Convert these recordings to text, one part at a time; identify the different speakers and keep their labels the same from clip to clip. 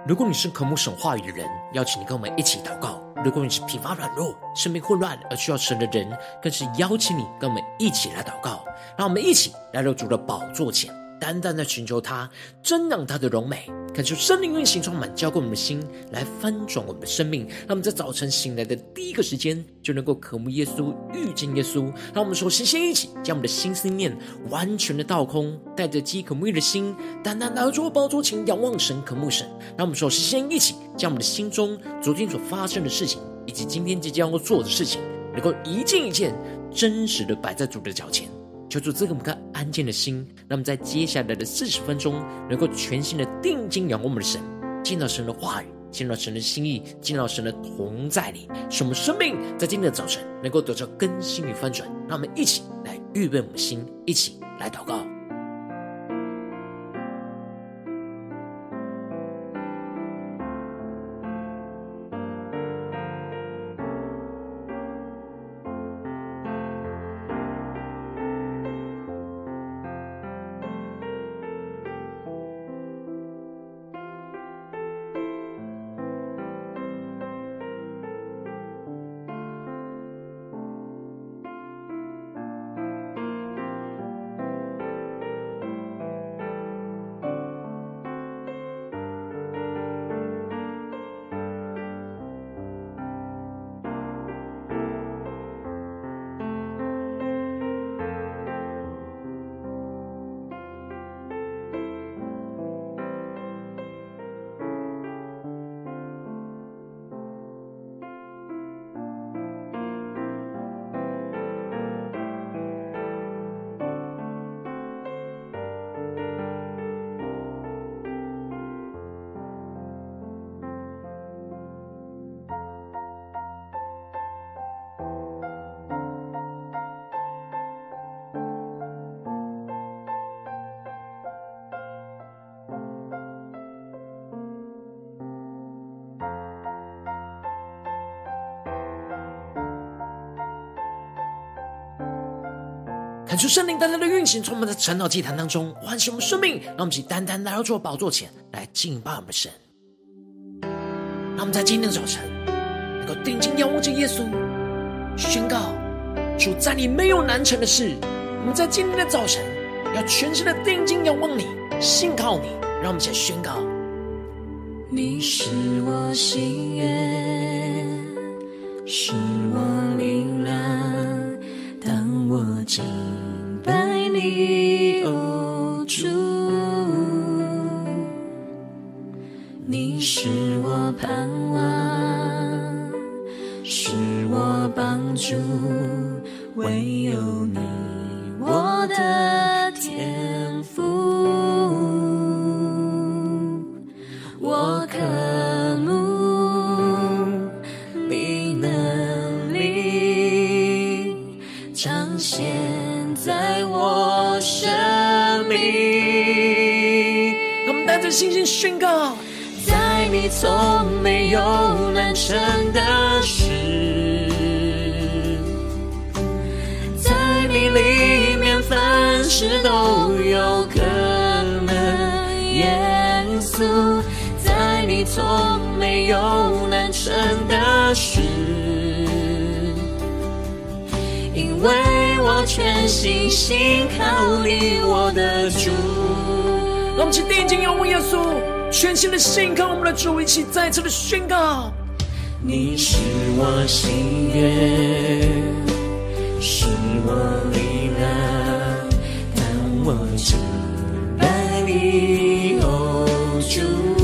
Speaker 1: 如果你是渴慕神话语的人，邀请你跟我们一起祷告；如果你是疲乏软弱、生命混乱而需要神的人，更是邀请你跟我们一起来祷告。让我们一起来到主的宝座前，单单的寻求他，瞻仰他的荣美，恳求圣灵运行充满，浇灌我们的心，来翻转我们的生命。让我们在早晨醒来的第一个时间，就能够渴慕耶稣，遇见耶稣。让我们首先一起将我们的心思念完全的倒空，带着饥渴沐浴的心，单单来到主宝座前，仰望神，渴慕神。让我们首先一起将我们的心中昨天所发生的事情，以及今天即将要做的事情，能够一件一件真实的摆在主的脚前。求主赐给我们个安静的心，让我们在接下来的40分钟，能够全心的定睛仰望我们的神，见到神的话语，见到神的心意，见到神的同在里，使我们生命在今天的早晨能够得到更新与翻转。让我们一起来预备我们的心，一起来祷告。恳求圣灵单单的运行，从我们的晨祷祭坛当中唤醒我们生命，让我们一起单单来到主的宝座前来敬拜我们的神。让我们在今天的早晨能够定睛仰望着耶稣，宣告主在你没有难成的事。我们在今天的早晨要全心的定睛仰望你，信靠你。让我们一起来宣告：
Speaker 2: 你是我心愿，是我灵粮，当我敬拜你，哦主，你是我盼望，是我帮助，唯有你我的天父。我渴慕你能力彰显在我生命。
Speaker 1: 让我们带着信心宣告：
Speaker 2: 在你从没有难成的事，在你里面凡事都有可能。耶稣，在你从没有难成的事，因为我全心信靠你，我的主。
Speaker 1: 让我们一起定睛仰望耶稣，全心的信靠我们的主，一起再次的宣告：
Speaker 2: 你是我心愿，是我力量，当我敬拜你，哦主，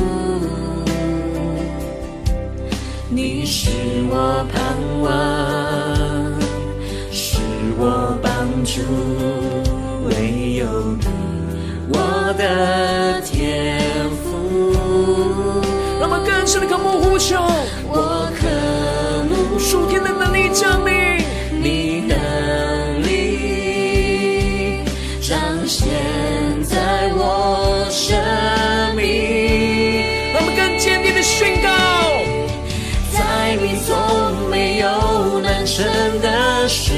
Speaker 2: 你是我盼望，是我帮助，唯有你我的天父。
Speaker 1: 让我们更深的渴慕呼求，
Speaker 2: 我渴慕
Speaker 1: 属天的能力降临，
Speaker 2: 你能力彰显在我生命。
Speaker 1: 让我们更坚定的宣告：
Speaker 2: 在你从没有难成的事，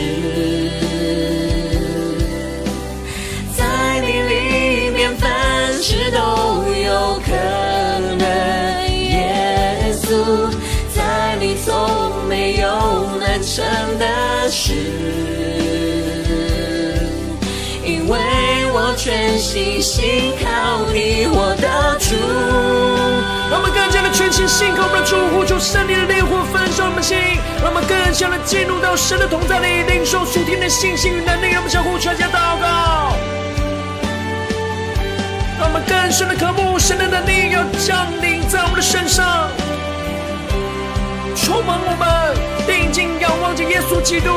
Speaker 2: 在你里面凡事都有可能。 成的事，因为我全心信靠你，我的主。
Speaker 1: 让我们更加的全心信靠我们的主，呼求圣灵的烈火焚烧我们的心，让我们更加的进入到神的同在里，领受属天的信心与能力。让我们相互传下祷告，让我们更深的渴慕神的能力要降临在我们的身上，充满我们，定睛仰望着耶稣基督。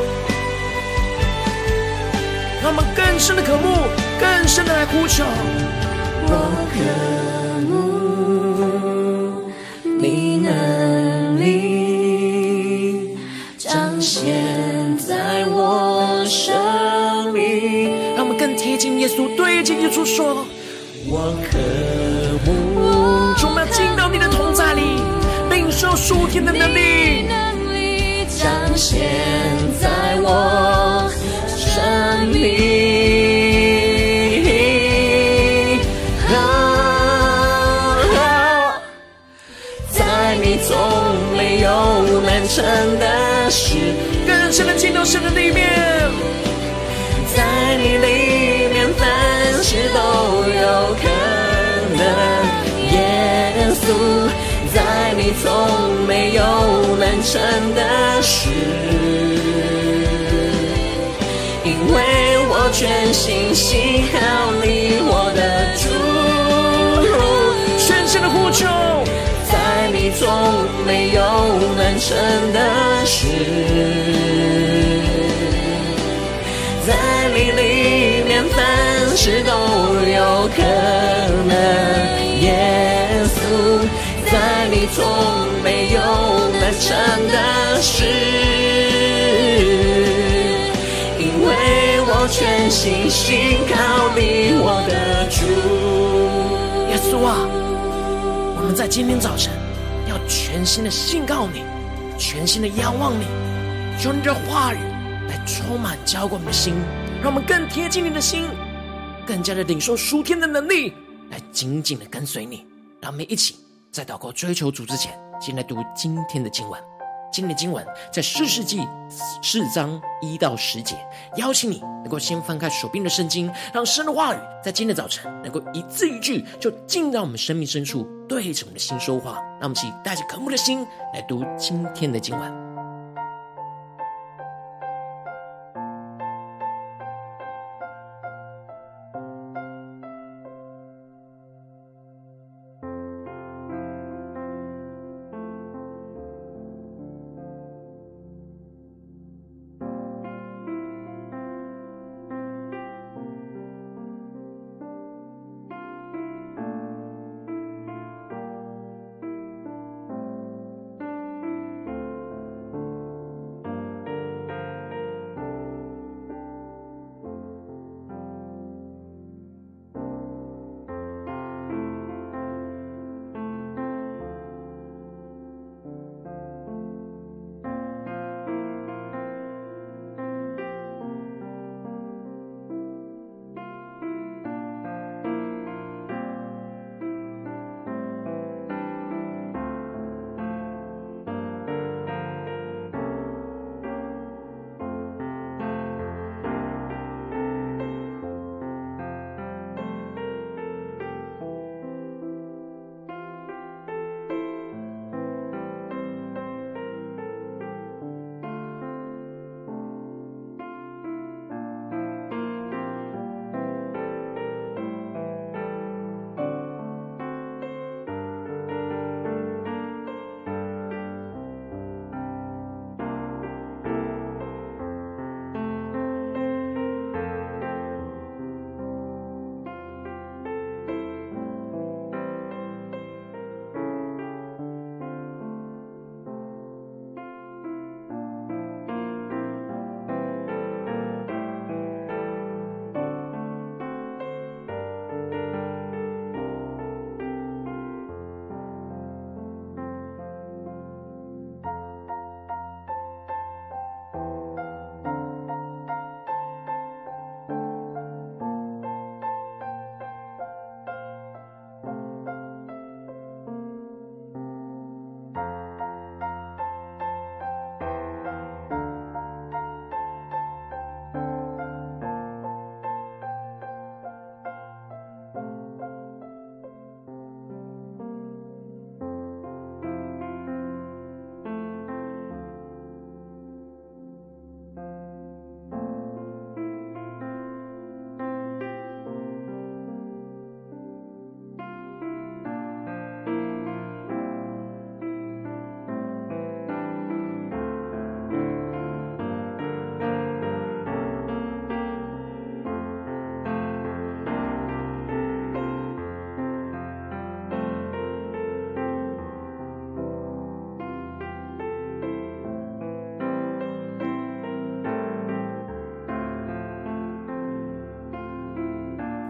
Speaker 1: 让我们更深的渴慕，更深的来呼求。
Speaker 2: 我渴慕你能力彰显在我生命。
Speaker 1: 让我们更贴近耶稣，对着耶稣说：
Speaker 2: 我渴慕
Speaker 1: 主，我们要进到你的同在里，领受属天的能力，
Speaker 2: 彰显在我生命。在你总没有难成的事，
Speaker 1: 更深的进到神的里面，
Speaker 2: 在你里面凡事都有可能。耶稣，在你总没有难成的事，因为我全心信靠你，我的主。
Speaker 1: 全身的呼求，
Speaker 2: 在你总没有难成的事，在你里面凡事都有可能。耶稣，在你总没有难成的事，因为我全心信靠你，我的主。
Speaker 1: 耶稣啊，我们在今天早晨要全心的信靠你，全心的仰望你，求你这话语来充满浇灌我们的心，让我们更贴近你的心，更加的领受属天的能力，来紧紧的跟随你。让我们一起在祷告追求主之前，先来读今天的经文。今天的经文在士师记4章1到10节，邀请你能够先翻开手边的圣经，让神的话语在今天的早晨能够一字一句就进到我们生命深处，对着我们的心说话。让我们一起带着渴慕的心来读今天的经文。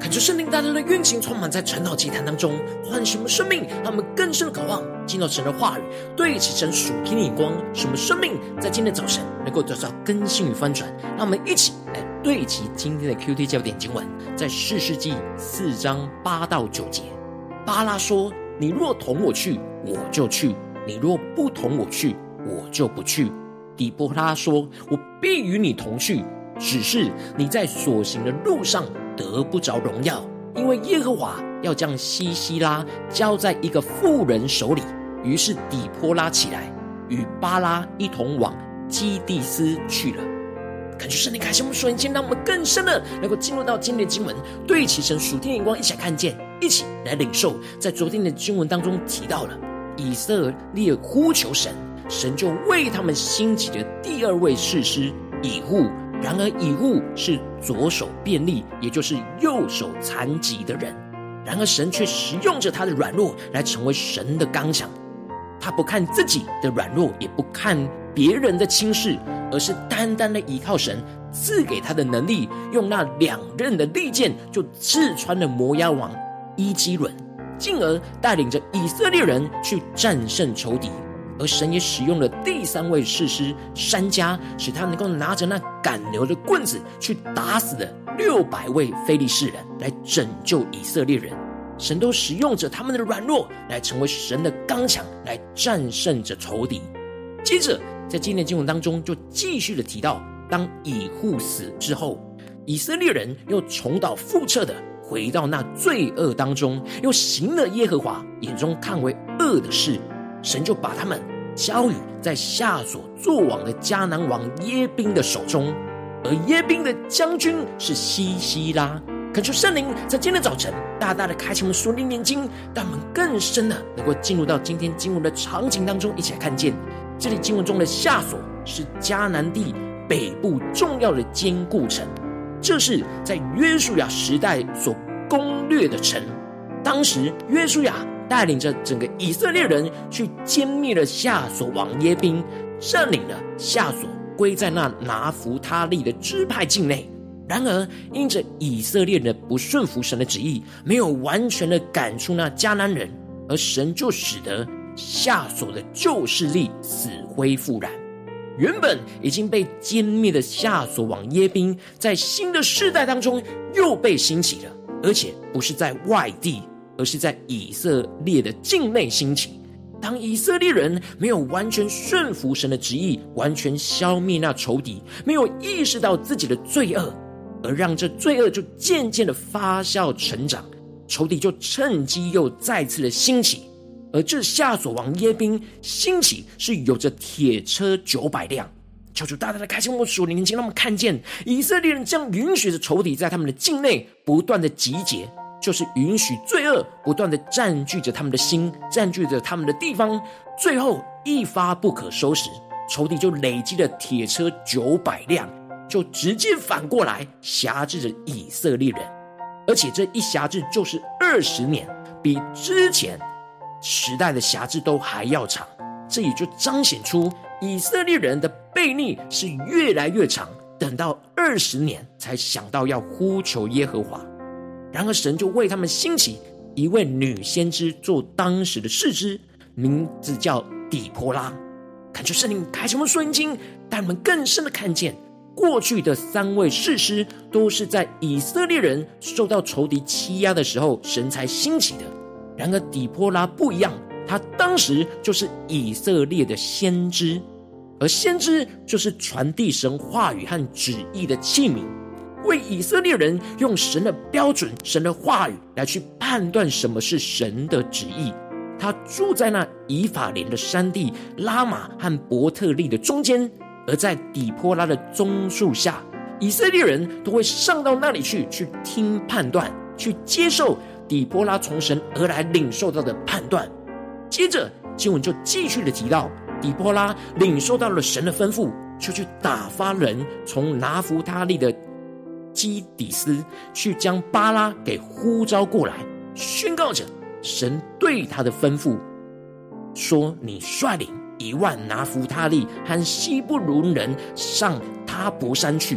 Speaker 1: 恳求圣灵大大的运行充满在晨祷祭坛当中，唤醒我们生命，让我们更深的渴望进到神的话语，对齐神属天的眼光，使我们生命在今天的早晨能够得到更新与翻转。让我们一起来对齐今天的 QT 焦点经文，在士师记4章8到9节。巴拉说：你若同我去，我就去；你若不同我去，我就不去。底波拉说：我必与你同去，只是你在所行的路上得不着荣耀，因为耶和华要将西西拉交在一个妇人手里。于是底波拉起来，与巴拉一同往基地斯去了。恳求圣灵开启我们属灵眼，让我们更深的能够进入到今天的经文，对齐神属天的眼光，一起来看见，一起来领受。在昨天的经文当中提到了以色列呼求神，神就为他们兴起的第二位士师以户。然而以户是左手便利，也就是右手残疾的人，然而神却使用着他的软弱来成为神的刚强。他不看自己的软弱，也不看别人的轻视，而是单单的依靠神赐给他的能力，用那2刃的利剑就刺穿了摩押王伊基伦，进而带领着以色列人去战胜仇敌。而神也使用了第3位士师珊迦，使他能够拿着那赶牛的棍子去打死了600位非利士人，来拯救以色列人。神都使用着他们的软弱来成为神的刚强，来战胜着仇敌。接着在今天的经文当中就继续的提到，当以户死之后，以色列人又重蹈覆辙的回到那罪恶当中，又行了耶和华眼中看为恶的事。神就把他们交予在夏所作王的迦南王耶宾的手中，而耶宾的将军是西西拉。恳求圣灵在今天的早晨大大的开启我们属灵眼睛，让我们更深的能够进入到今天经文的场景当中，一起来看见这里经文中的夏所是迦南地北部重要的坚固城，这是在约书亚时代所攻略的城。当时约书亚带领着整个以色列人去歼灭了夏所王耶宾，占领了夏所归在那拿弗他利的支派境内。然而因着以色列人的不顺服神的旨意，没有完全的赶出那迦南人，而神就使得夏所的旧势力死灰复燃。原本已经被歼灭的夏所王耶宾，在新的世代当中又被兴起了，而且不是在外地，而是在以色列的境内兴起。当以色列人没有完全顺服神的旨意，完全消灭那仇敌，没有意识到自己的罪恶，而让这罪恶就渐渐的发酵成长，仇敌就趁机又再次的兴起。而这夏所王耶宾兴起是有着铁车900辆。求主大大的开启我们属灵眼睛，让我们看见以色列人将允许着仇敌在他们的境内不断的集结，就是允许罪恶不断的占据着他们的心，占据着他们的地方，最后一发不可收拾，仇敌就累积了铁车900辆，就直接反过来辖制着以色列人。而且这一辖制就是20年，比之前时代的辖制都还要长。这也就彰显出以色列人的悖逆是越来越长，等到20年才想到要呼求耶和华。然而神就为他们兴起一位女先知做当时的士师，名字叫底波拉。恳求圣灵开启我们属灵眼睛，带我们更深的看见过去的3位士师都是在以色列人受到仇敌欺压的时候神才兴起的。然而底波拉不一样，他当时就是以色列的先知，而先知就是传递神话语和旨意的器皿，为以色列人用神的标准、神的话语来去判断什么是神的旨意。他住在那以法莲的山地拉玛和伯特利的中间，而在底波拉的棕树下，以色列人都会上到那里去听判断，去接受底波拉从神而来领受到的判断。接着经文就继续的提到，底波拉领受到了神的吩咐，就去打发人从拿弗他利的基底斯去将巴拉给呼召过来，宣告着神对他的吩咐，说你率领1万拿弗他利和西布伦人上他伯山去，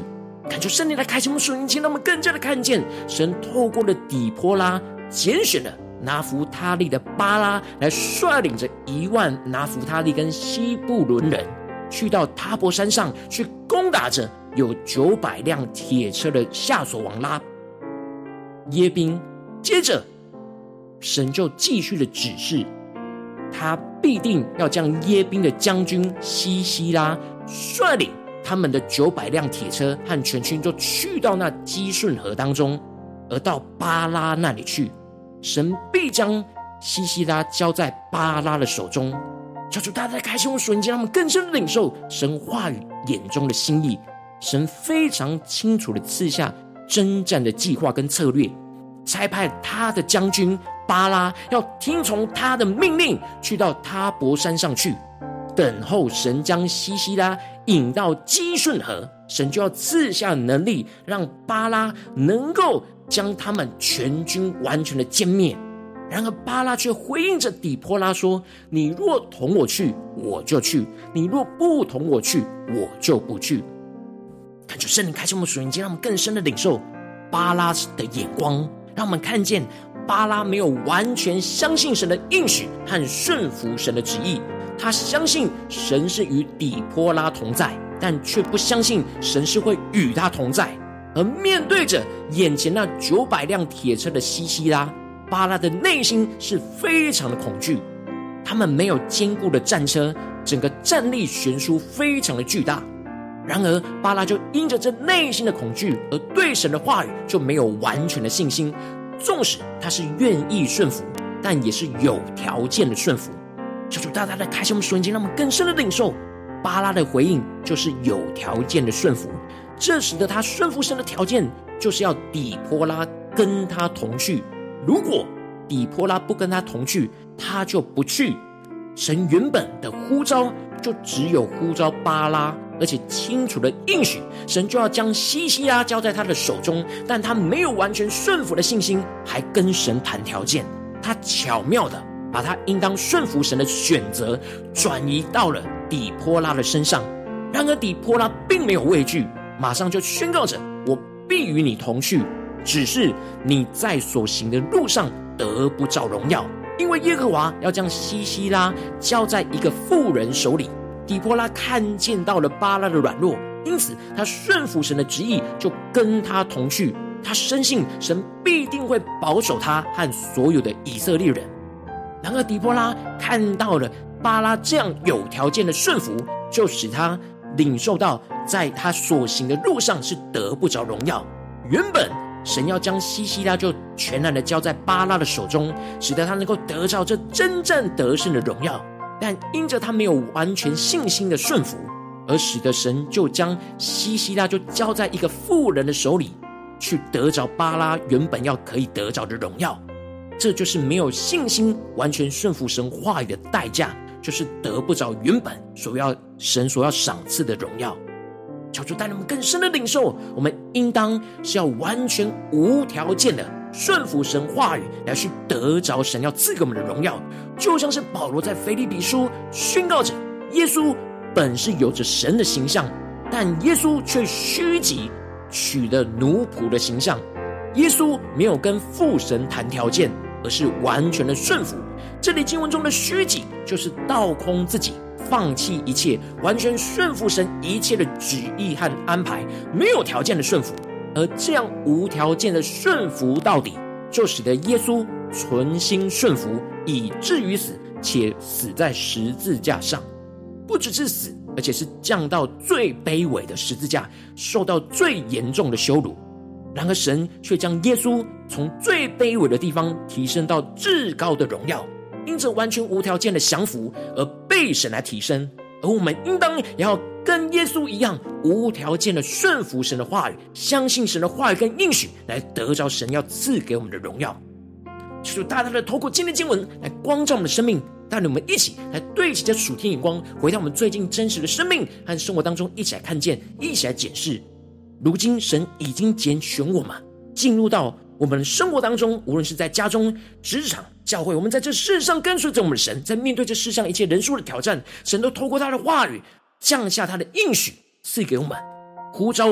Speaker 1: 恳求圣灵来开启我们属灵眼睛，让我们更加的看见神透过了底波拉拣选了拿弗他利的巴拉，来率领着10000拿弗他利跟西布伦人去到他伯山上，去攻打着有900辆铁车的夏所王耶宾。接着神就继续的指示，他必定要将耶宾的将军西西拉率领他们的900辆铁车和全军，就去到那基顺河当中，而到巴拉那里去。神必将西西拉交在巴拉的手中。求主大家开心，我瞬间让我们更深的领受神话语眼中的心意。神非常清楚的赐下征战的计划跟策略，差派他的将军巴拉要听从他的命令，去到他伯山上去，等候神将西西拉引到基顺河。神就要赐下能力，让巴拉能够将他们全军完全的歼灭。然而巴拉却回应着底波拉说，你若同我去，我就去；你若不同我去，我就不去。恳求圣灵开启我们属灵眼睛，让我们更深的领受巴拉的眼光，让我们看见巴拉没有完全相信神的应许和顺服神的旨意。他相信神是与底波拉同在，但却不相信神是会与他同在。而面对着眼前那900辆铁车的西西拉，巴拉的内心是非常的恐惧。他们没有坚固的战车，整个战力悬殊非常的巨大。然而巴拉就因着这内心的恐惧，而对神的话语就没有完全的信心。纵使他是愿意顺服，但也是有条件的顺服。求主大大的开启我们属灵眼睛，让我们更深的领受巴拉的回应就是有条件的顺服。这时的他顺服神的条件，就是要底波拉跟他同去。如果底波拉不跟他同去，他就不去。神原本的呼召就只有呼召巴拉，而且清楚的应许神就要将西西拉交在他的手中，但他没有完全顺服的信心，还跟神谈条件。他巧妙的把他应当顺服神的选择转移到了底波拉的身上。然而底波拉并没有畏惧，马上就宣告着，我必与你同去，只是你在所行的路上得不着荣耀，因为耶和华要将西西拉交在一个妇人手里。底波拉看见到了巴拉的软弱，因此他顺服神的旨意，就跟他同去。他深信神必定会保守他和所有的以色列人。然而底波拉看到了巴拉这样有条件的顺服，就使他领受到在他所行的路上是得不着荣耀。原本神要将西西拉就全然的交在巴拉的手中，使得他能够得着这征战得胜的荣耀，但因着他没有完全信心的顺服，而使得神就将西西拉就交在一个妇人的手里，去得着巴拉原本要可以得着的荣耀。这就是没有信心完全顺服神话语的代价，就是得不着原本神所要赏赐的荣耀。求主带领我们更深的领受，我们应当是要完全无条件的顺服神话语，来去得着神要赐给我们的荣耀。就像是保罗在腓立比书宣告着，耶稣本是有着神的形象，但耶稣却虚己，取了奴仆的形象。耶稣没有跟父神谈条件，而是完全的顺服。这里经文中的虚己，就是倒空自己，放弃一切，完全顺服神一切的旨意和安排，没有条件的顺服。而这样无条件的顺服到底，就使得耶稣存心顺服，以至于死，且死在十字架上。不只是死，而且是降到最卑微的十字架，受到最严重的羞辱。然而神却将耶稣从最卑微的地方提升到至高的荣耀，因着完全无条件的降服而被神来提升。而我们应当也要跟耶稣一样，无条件的顺服神的话语，相信神的话语跟应许，来得着神要赐给我们的荣耀。求主大大的透过今天的经文来光照我们的生命，带领我们一起来对齐这属天眼光，回到我们最近真实的生命和生活当中，一起来看见，一起来检视。如今神已经拣选我们进入到我们的生活当中，无论是在家中、职场、教会，我们在这世上跟随着我们的神，在面对这世上一切人数的挑战，神都透过他的话语降下他的应许赐给我们，呼召我们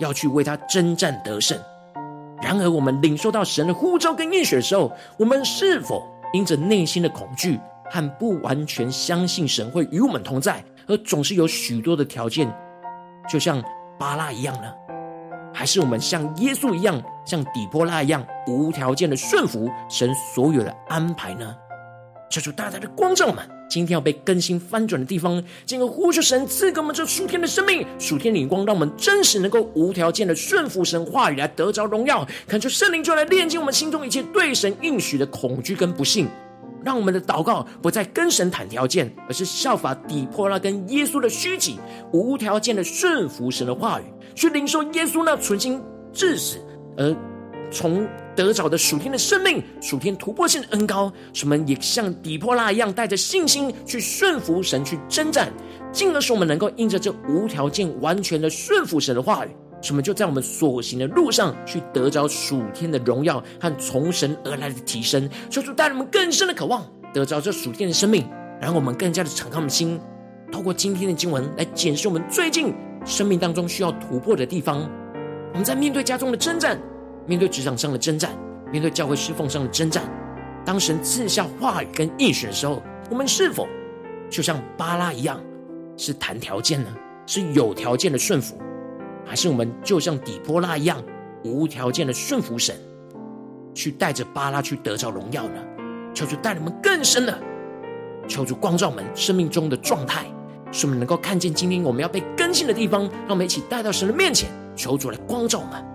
Speaker 1: 要去为他征战得胜。然而我们领受到神的呼召跟应许的时候，我们是否因着内心的恐惧和不完全相信神会与我们同在，而总是有许多的条件，就像巴拉一样呢？还是我们像耶稣一样，像底波拉一样，无条件的顺服神所有的安排呢？求主大大的光照我们，今天要被更新翻转的地方，进而呼求神赐给我们这属天的生命、属天的眼光，让我们真实能够无条件的顺服神话语，来得着荣耀。恳求圣灵就来炼净我们心中一切对神应许的恐惧跟不信，让我们的祷告不再跟神谈条件，而是效法底波拉跟耶稣的虚己，无条件的顺服神的话语，去领受耶稣那存心至死而从得着的属天的生命、属天突破性的恩膏，使我们也像底波拉一样，带着信心去顺服神，去征战，进而使我们能够因着这无条件完全的顺服神的话语，使我们就在我们所行的路上去得着属天的荣耀和从神而来的提升。求主带领我们更深的渴望得着这属天的生命，然后我们更加的敞开我们的心，透过今天的经文来检视我们最近生命当中需要突破的地方。我们在面对家中的征战，面对职场上的征战，面对教会侍奉上的征战，当神赐下话语跟应许的时候，我们是否就像巴拉一样，是谈条件呢？是有条件的顺服，还是我们就像底波拉一样，无条件的顺服神，去带着巴拉去得着荣耀呢？求主带领我们更深的，求主光照我们生命中的状态，使我们能够看见今天我们要被更新的地方，让我们一起带到神的面前，求主来光照我们。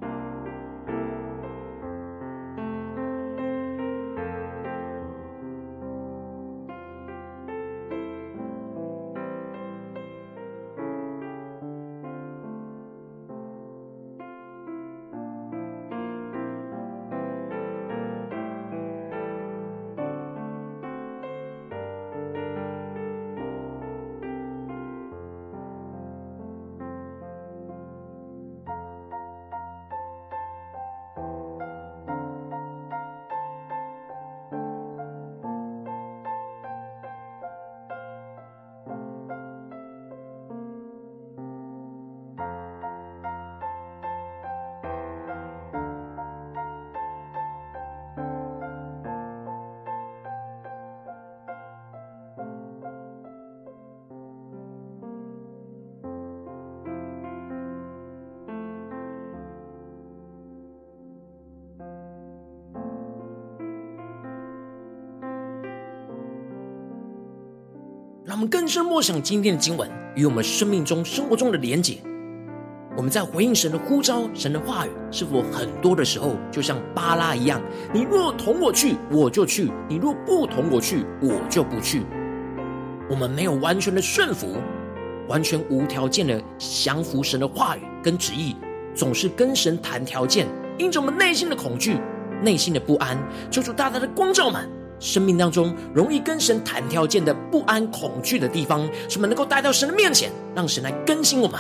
Speaker 1: 让我们更深默想今天的经文与我们生命中生活中的连结。我们在回应神的呼召、神的话语，是否很多的时候就像巴拉一样，你若同我去我就去，你若不同我去我就不去。我们没有完全的顺服，完全无条件的降服神的话语跟旨意，总是跟神谈条件，因着我们内心的恐惧、内心的不安，求主大大的光照我们生命当中容易跟神谈条件的不安、恐惧的地方，使我们能够带到神的面前，让神来更新我们。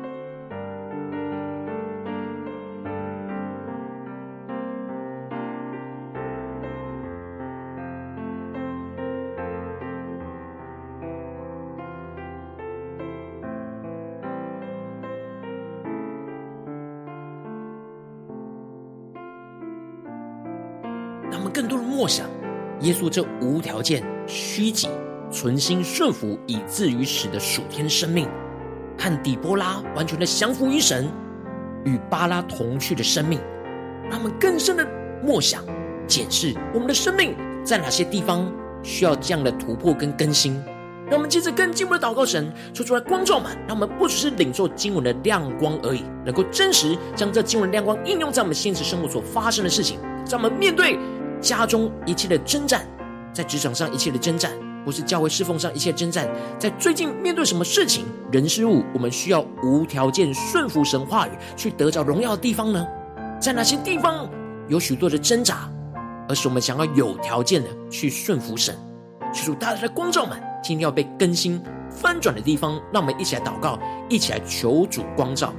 Speaker 1: 让我们更多的默想耶稣这无条件、虚己、存心顺服以至于死的属天生命，和底波拉完全的降服于神，与巴拉同去的生命，让我们更深的默想检视我们的生命在哪些地方需要这样的突破跟更新。让我们接着更进一步的祷告神，说出来光照我们，让我们不只是领受经文的亮光而已，能够真实将这经文亮光应用在我们现实生活所发生的事情，在我们面对家中一切的征战，在职场上一切的征战，或是教会侍奉上一切征战，在最近面对什么事情、人事物，我们需要无条件顺服神话语去得着荣耀的地方呢？在哪些地方有许多的挣扎，而是我们想要有条件的去顺服神？求主大大的光照们今天要被更新翻转的地方，让我们一起来祷告，一起来求主光照。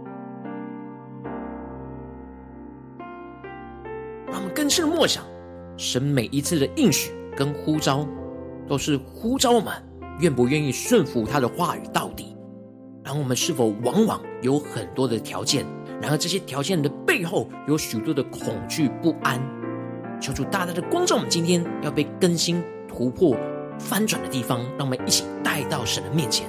Speaker 1: 让我们更深的默想神每一次的应许跟呼召，都是呼召我们愿不愿意顺服他的话语到底。然后我们是否往往有很多的条件，然而这些条件的背后有许多的恐惧不安。求主大大的光照我们今天要被更新突破翻转的地方，让我们一起带到神的面前。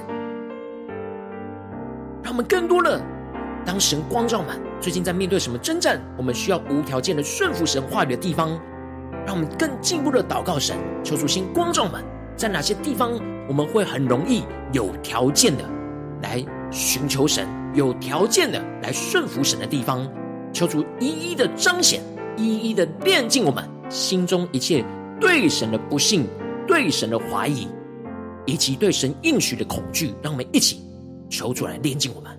Speaker 1: 让我们更多的当神光照我们最近在面对什么征战，我们需要无条件的顺服神话语的地方，让我们更进一步的祷告神，求主先光照我们在哪些地方我们会很容易有条件的来寻求神，有条件的来顺服神的地方。求主一一的彰显，一一的炼净我们心中一切对神的不信，对神的怀疑，以及对神应许的恐惧。让我们一起求主来炼净我们。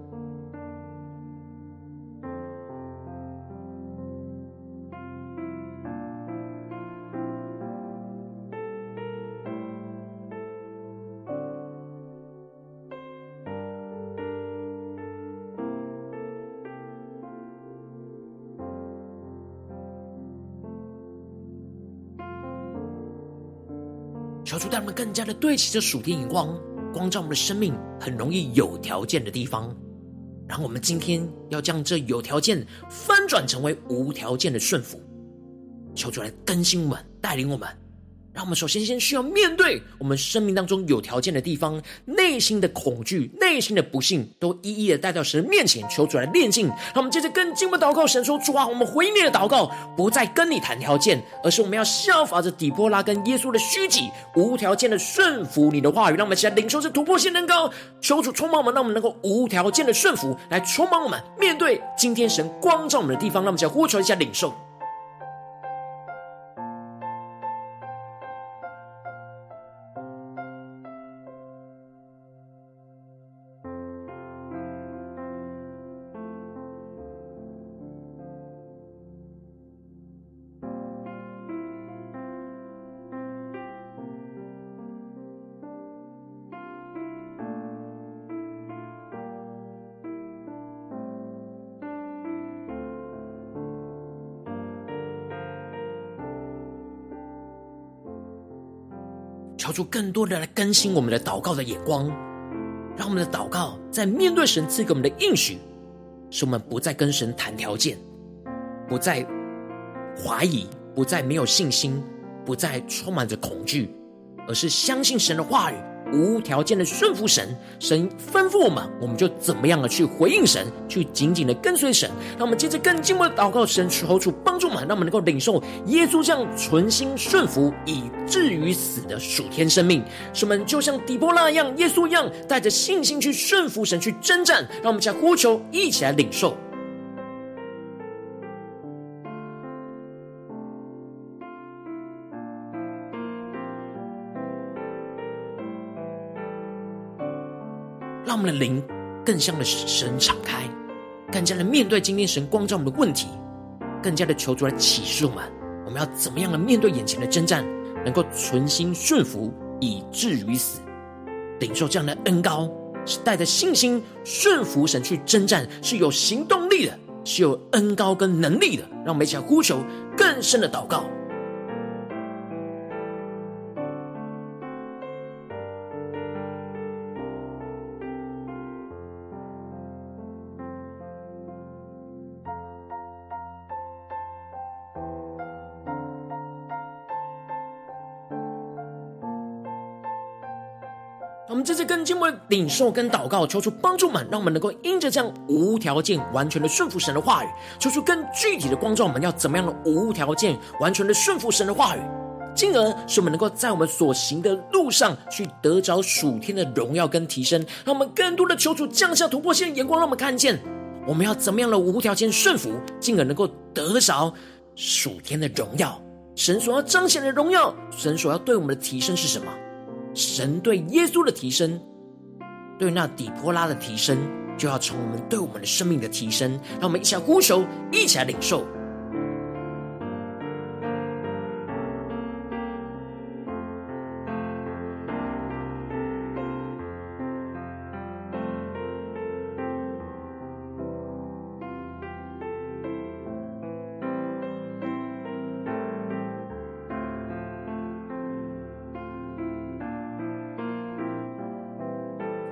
Speaker 1: 求主带我们更加的对齐这属天眼光，光照我们的生命很容易有条件的地方。然后我们今天要将这有条件翻转成为无条件的顺服。求主来更新我们，带领我们。让我们首先需要面对我们生命当中有条件的地方，内心的恐惧，内心的不幸，都一一的带到神的面前，求主来炼净。让我们接着更进一步祷告神说，主啊，我们回应你的祷告不再跟你谈条件，而是我们要效法着底波拉跟耶稣的虚己，无条件的顺服你的话语。让我们一起来领受这突破性能高，求主充满我们，让我们能够无条件的顺服，来充满我们面对今天神光照我们的地方。让我们一起来呼求一下领受。求主更多的来更新我们的祷告的眼光，让我们的祷告在面对神赐给我们的应许，使我们不再跟神谈条件，不再怀疑，不再没有信心，不再充满着恐惧，而是相信神的话语，无条件的顺服神。神吩咐我们，我们就怎么样的去回应神，去紧紧的跟随神。让我们接着更进一步的祷告神，求主帮助我们，让我们能够领受耶稣这样存心顺服以至于死的属天生命，使我们就像底波拉一样，耶稣一样，带着信心去顺服神，去征战。让我们一起来呼求，一起来领受。让我们的灵更向的神敞开，更加的面对今天神光照我们的问题，更加的求主来启示我们，我们要怎么样的面对眼前的征战，能够存心顺服以至于死。领受这样的恩膏，是带着信心顺服神去征战，是有行动力的，是有恩膏跟能力的。让我们一起来呼求更深的祷告。我们这次更进一步的领受跟祷告，求主帮助我们，让我们能够因着这样无条件完全的顺服神的话语，求主更具体的光照我们要怎么样的无条件完全的顺服神的话语，进而使我们能够在我们所行的路上去得着属天的荣耀跟提升。让我们更多的求主降下突破性的眼光，让我们看见我们要怎么样的无条件顺服，进而能够得着属天的荣耀。神所要彰显的荣耀，神所要对我们的提升是什么？神对耶稣的提升，对那底波拉的提升，就要从我们对我们的生命的提升。让我们一起来呼求，一起来领受。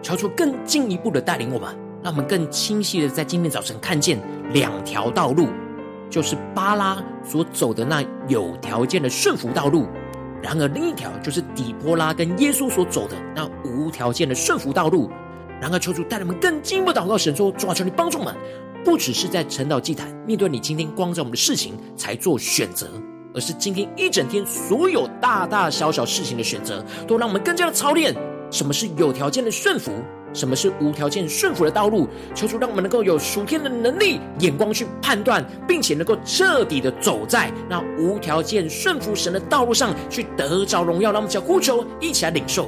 Speaker 1: 求主更进一步的带领我们，让我们更清晰的在今天早晨看见两条道路，就是巴拉所走的那有条件的顺服道路，然而另一条就是底波拉跟耶稣所走的那无条件的顺服道路。然而求主带领我们更进一步祷告，神说，主啊，求你帮助我们，不只是在晨祷祭坛面对你今天光照我们的事情才做选择，而是今天一整天所有大大小小事情的选择，都让我们更加的操练什么是有条件的顺服，什么是无条件顺服的道路。求主让我们能够有属天的能力眼光去判断，并且能够彻底的走在那无条件顺服神的道路上，去得着荣耀。让我们一起呼求，一起来领受。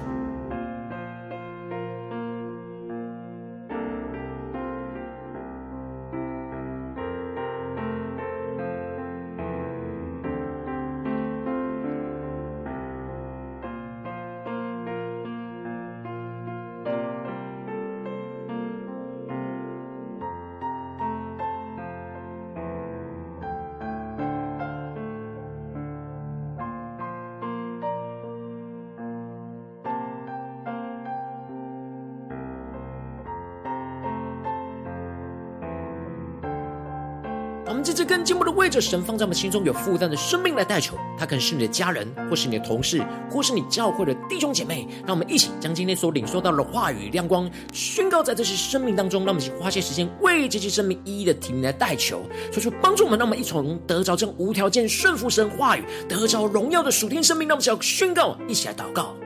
Speaker 1: 我们在这更进一步的为着神放在我们心中有负担的生命来代求，他可能是你的家人，或是你的同事，或是你教会的弟兄姐妹。让我们一起将今天所领受到的话语亮光宣告在这些生命当中，让我们一起花些时间为这些生命一一的提名来代求，求主帮助我们，让我们一同得着这无条件顺服神话语，得着荣耀的属天生命。让我们一起来宣告，一起来祷告。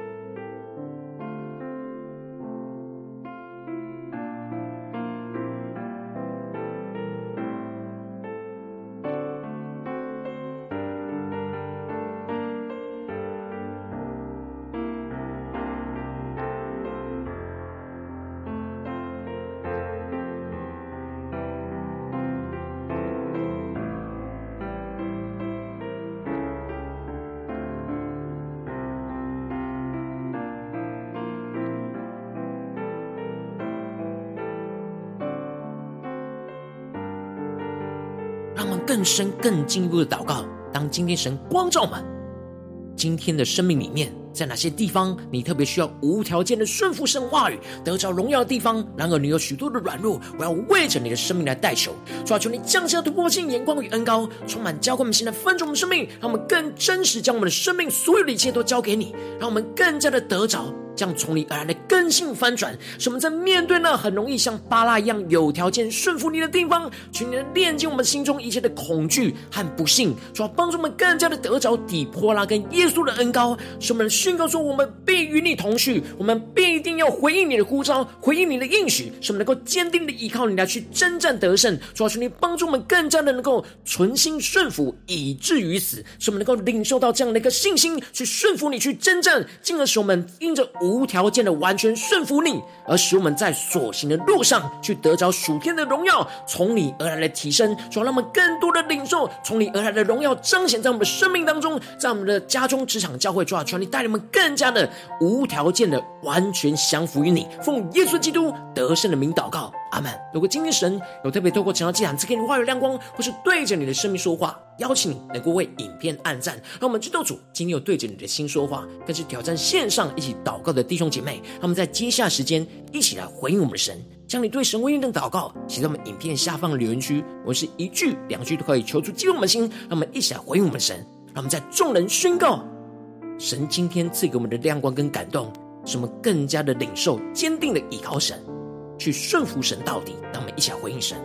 Speaker 1: 让我们更深更进一步的祷告，当今天神光照我们今天的生命里面，在哪些地方你特别需要无条件的顺服神话语得着荣耀的地方，然而你有许多的软弱，我要为着你的生命来代求。主啊，求你降下突破性眼光与恩膏，充满浇灌我们现在分盛我们生命，让我们更真实将我们的生命所有的一切都交给你，让我们更加的得着这样从你而来的根性翻转，使我们在面对那很容易像巴拉一样有条件顺服你的地方，求你能炼净我们心中一切的恐惧和不信，主要帮助我们更加的得着底波拉跟耶稣的恩膏，使我们宣告说，我们必与你同去，我们必定要回应你的呼召，回应你的应许，使我们能够坚定的依靠你来去征战得胜。主要求你帮助我们更加的能够存心顺服，以至于死，使我们能够领受到这样的一个信心，去顺服你，去征战，进而使我们因着无条件的完全顺服你，而使我们在所行的路上去得着属天的荣耀，从你而来的提升。主要让我们更多的领受从你而来的荣耀彰显在我们的生命当中，在我们的家中、职场、教会。主要求你带领我们更加的无条件的完全降服于你，奉耶稣基督得胜的名祷告，阿们。如果今天神有特别透过晨祷祭坛赐给你话语亮光，或是对着你的生命说话，邀请你能够为影片按赞，让我们知道主今天有对着你的心说话，更是挑战线上一起祷告的弟兄姐妹，让我们在接下时间一起来回应我们的神，将你对神回应的祷告写在我们影片下方的留言区，我是一句两句都可以，求主激动我们的心，让我们一起来回应我们的神，让我们在众人宣告神今天赐给我们的亮光跟感动，使我们更加的领受，坚定的倚靠神，去顺服神到底。让我们一起来回应神。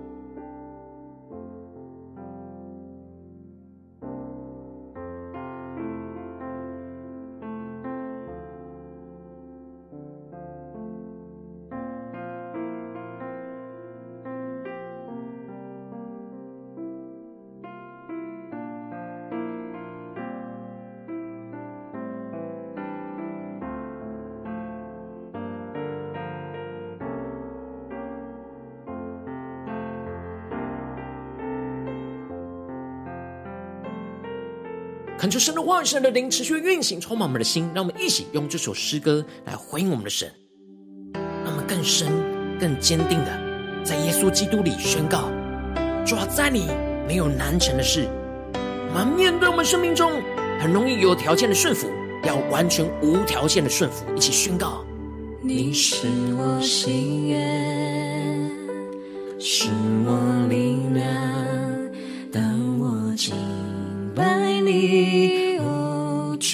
Speaker 1: 恳求神的话语、神的灵持续运行，充满我们的心，让我们一起用这首诗歌来回应我们的神，让我们更深更坚定的在耶稣基督里宣告，主啊，在你没有难成的事。我们面对我们生命中很容易有条件的顺服，要完全无条件的顺服，一起宣告，
Speaker 2: 你是我心愿，是我力量。当我敬拜你无助，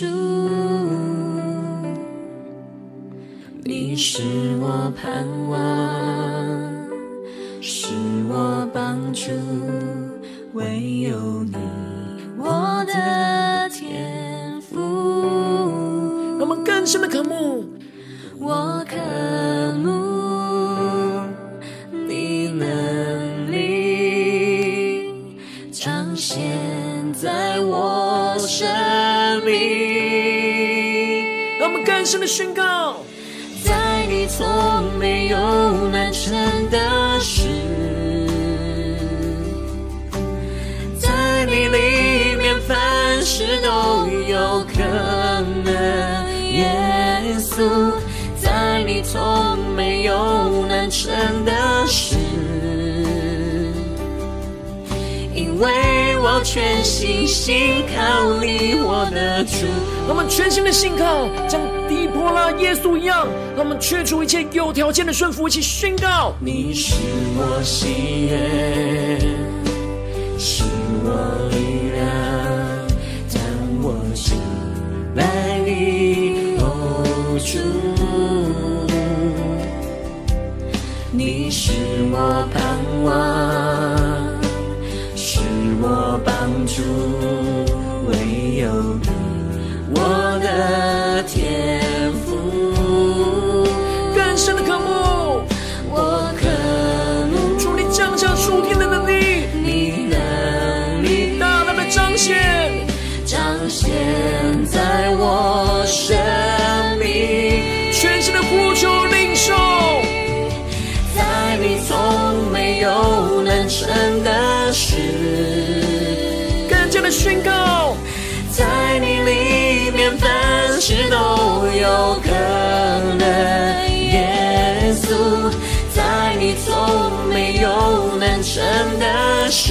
Speaker 2: 你是我盼望，是我帮助，唯有你我的天父。
Speaker 1: 让我们更深的渴慕，
Speaker 2: 我渴慕你能力彰显在我生命，
Speaker 1: 让我们更深的宣告，
Speaker 2: 在你从没有难成的事，在你里面凡事都有可能，耶稣，在你从没有难成的事，因为我全心信靠你我的主。
Speaker 1: 让我们全心的信靠，像底波拉耶稣一样，让我们去除一切有条件的顺服，一起宣告，
Speaker 2: 你是我喜悦，是我力量，当我敬拜你主，你是我盼望，是我帮助，唯有你我的天父。
Speaker 1: 更深的渴慕，
Speaker 2: 我渴慕
Speaker 1: 主你降下属天的能力，
Speaker 2: 你能力
Speaker 1: 大大的彰显
Speaker 2: 在我生命，
Speaker 1: 全新的呼求领受，
Speaker 2: 在你从没有难成的事，
Speaker 1: 更加的宣告，
Speaker 2: 在你里面凡事都有可能，耶稣，在你从没有难成的事，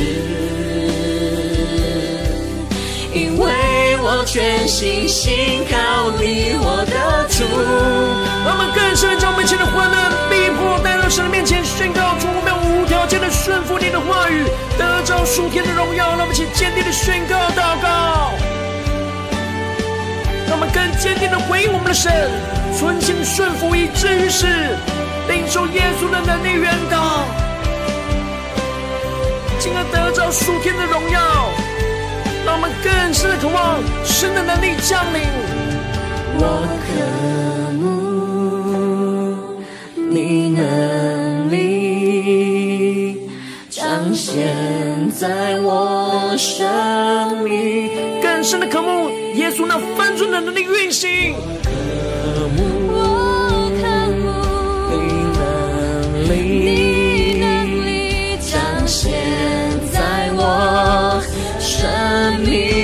Speaker 2: 因为我全心信靠你我的主。
Speaker 1: 让我们更深地将我们一切的患难逼迫带到神的面前，宣告主，我们要无条件的顺服你的话语，得着属天的荣耀。让我们一起坚定的宣告祷告，让我们更坚定的回应我们的神，存心顺服以至于死，领受耶稣的能力源高，进而得着属天的荣耀。让我们更深的渴望神的能力降临。
Speaker 2: 我渴慕你能力彰显在我生命，
Speaker 1: 更深的渴慕耶稣那翻转的能力运行。
Speaker 2: 我渴慕你能力彰显在我生命，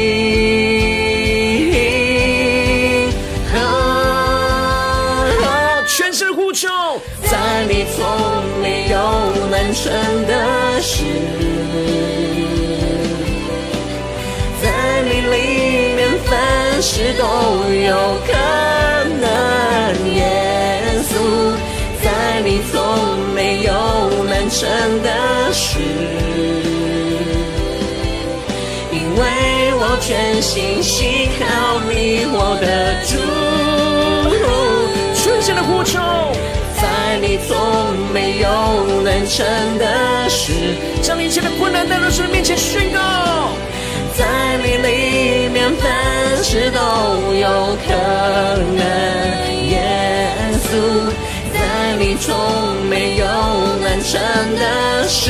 Speaker 1: 全身呼求，
Speaker 2: 在你从没有难成的事，在你里面凡事都有可能，耶稣，在你从没有难成的事，因为我全心信靠你我的主。
Speaker 1: 全心的呼求，
Speaker 2: 在你从没有难成的事，
Speaker 1: 将一切的困难带到神面前宣告，
Speaker 2: 在你里面凡事都有可能，耶稣，在你从没有难成的事，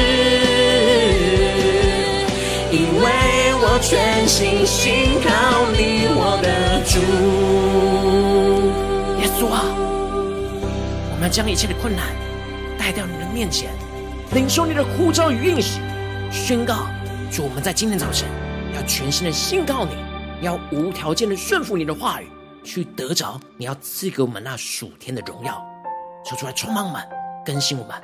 Speaker 2: 因为我全心信靠你我的主。
Speaker 1: 耶稣啊，我们将一切的困难带到你的面前，领受你的呼召与应许，宣告主，我们在今天早晨要全心的信靠你，要无条件的顺服你的话语，去得着你要赐给我们那属天的荣耀。求主来充满我们，更新我们。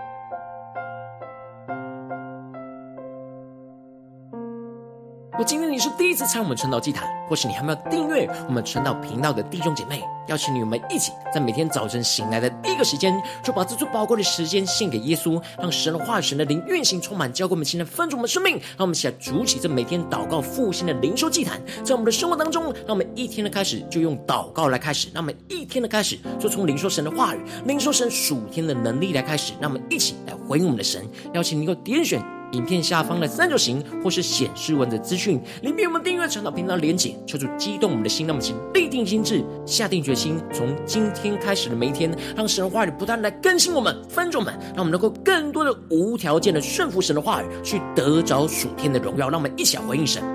Speaker 1: 如果今天你是第一次参与我们晨祷祭坛，或是你还没有订阅我们晨祷频道的弟兄姐妹，邀请你们一起在每天早晨醒来的第一个时间，就把这最宝贵的时间献给耶稣，让神的话语、神的灵运行充满，交给我们现在分足我们生命。让我们一起来筑起这每天祷告复兴的灵修祭坛，在我们的生活当中，让我们一天的开始就用祷告来开始，让我们一天的开始就从领受神的话语、领受神属天的能力来开始。让我们一起来回应我们的神。邀请你能够点选影片下方的三角形或是显示文的资讯，里面我们订阅晨祷频道连结，求主激动我们的心，让我们一起立定心志，下定决心，从今天开始的每一天，让神的话语不断来更新我们、分盛我们，让我们能够更多的无条件的顺服神的话语，去得着属天的荣耀。让我们一起来回应神。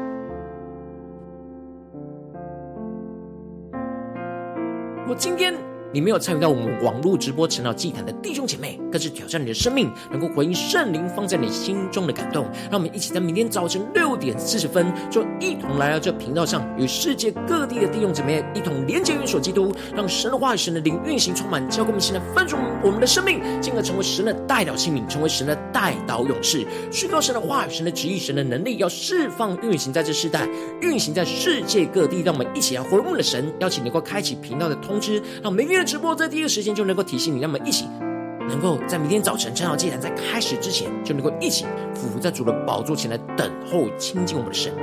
Speaker 1: 如果今天你没有参与到我们网络直播晨祷祭坛的弟兄姐妹，更是挑战你的生命，能够回应圣灵放在你心中的感动。让我们一起在明天早晨6:40，就一同来到这频道上，与世界各地的弟兄姐妹一同连结、元首基督，让神的话语、神的灵运行充满，交给我们现在分盛我们的生命，进而成为神的代祷器皿，成为神的代祷勇士，宣告神的话语、神的旨意、神的能力，要释放运行在这世代，运行在世界各地。让我们一起来回应我们的神，邀请你能够开启频道的通知，让每天的直播在第一个时间就能够提醒你，让我们一起能够在明天早晨晨祷祭坛在开始之前，就能够一起俯伏在主的宝座前来等候亲近我们的神。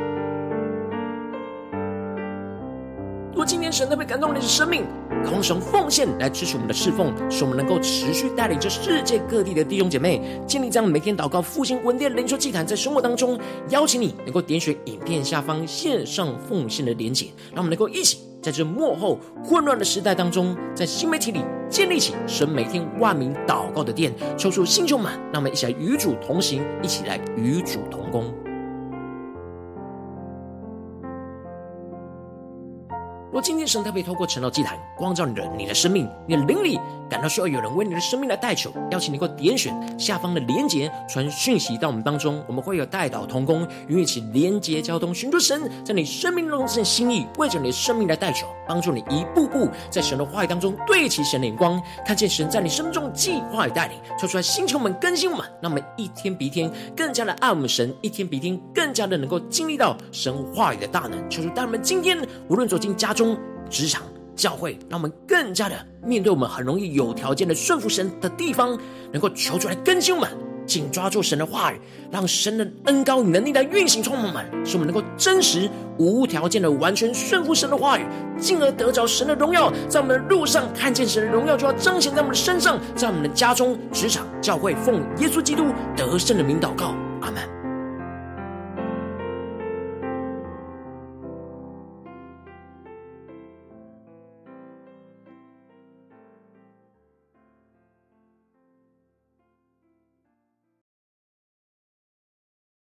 Speaker 1: 如果今天神特别感动你的生命，渴望神奉献来支持我们的侍奉，使我们能够持续带领着世界各地的弟兄姐妹建立这样每天祷告复兴稳定灵修祭坛，在生活当中邀请你能够点选影片下方线上奉献的连结，让我们能够一起在这末后混乱的时代当中，在新媒体里建立起神每天万名祷告的殿，抽出星球们，让我们一起来与主同行，一起来与主同工。若今天神特别透过晨祷祭坛光照你的生命，你的灵里感到需要有人为你的生命来代求，邀请你能够点选下方的连结，传讯息到我们当中，我们会有代祷同工与你一起连结交通，寻求神在你生命中的心意，为着你的生命来代求，帮助你一步步在神的话语当中对齐神的眼光，看见神在你生命中的计划与带领，抽出来星球们更新我们，让我们一天比一天更加的爱我们神，一天比一天更加的能够经历到神话语的大能。求主带我们今天无论走进家中、职场、教会，让我们更加的面对我们很容易有条件的顺服神的地方，能够求出来更新我们，紧抓住神的话语，让神的恩膏与能力来运行充满我们，使我们能够真实无条件的完全顺服神的话语，进而得着神的荣耀。在我们的路上看见神的荣耀，就要彰显在我们的身上，在我们的家中、职场、教会，奉耶稣基督得胜的名祷告，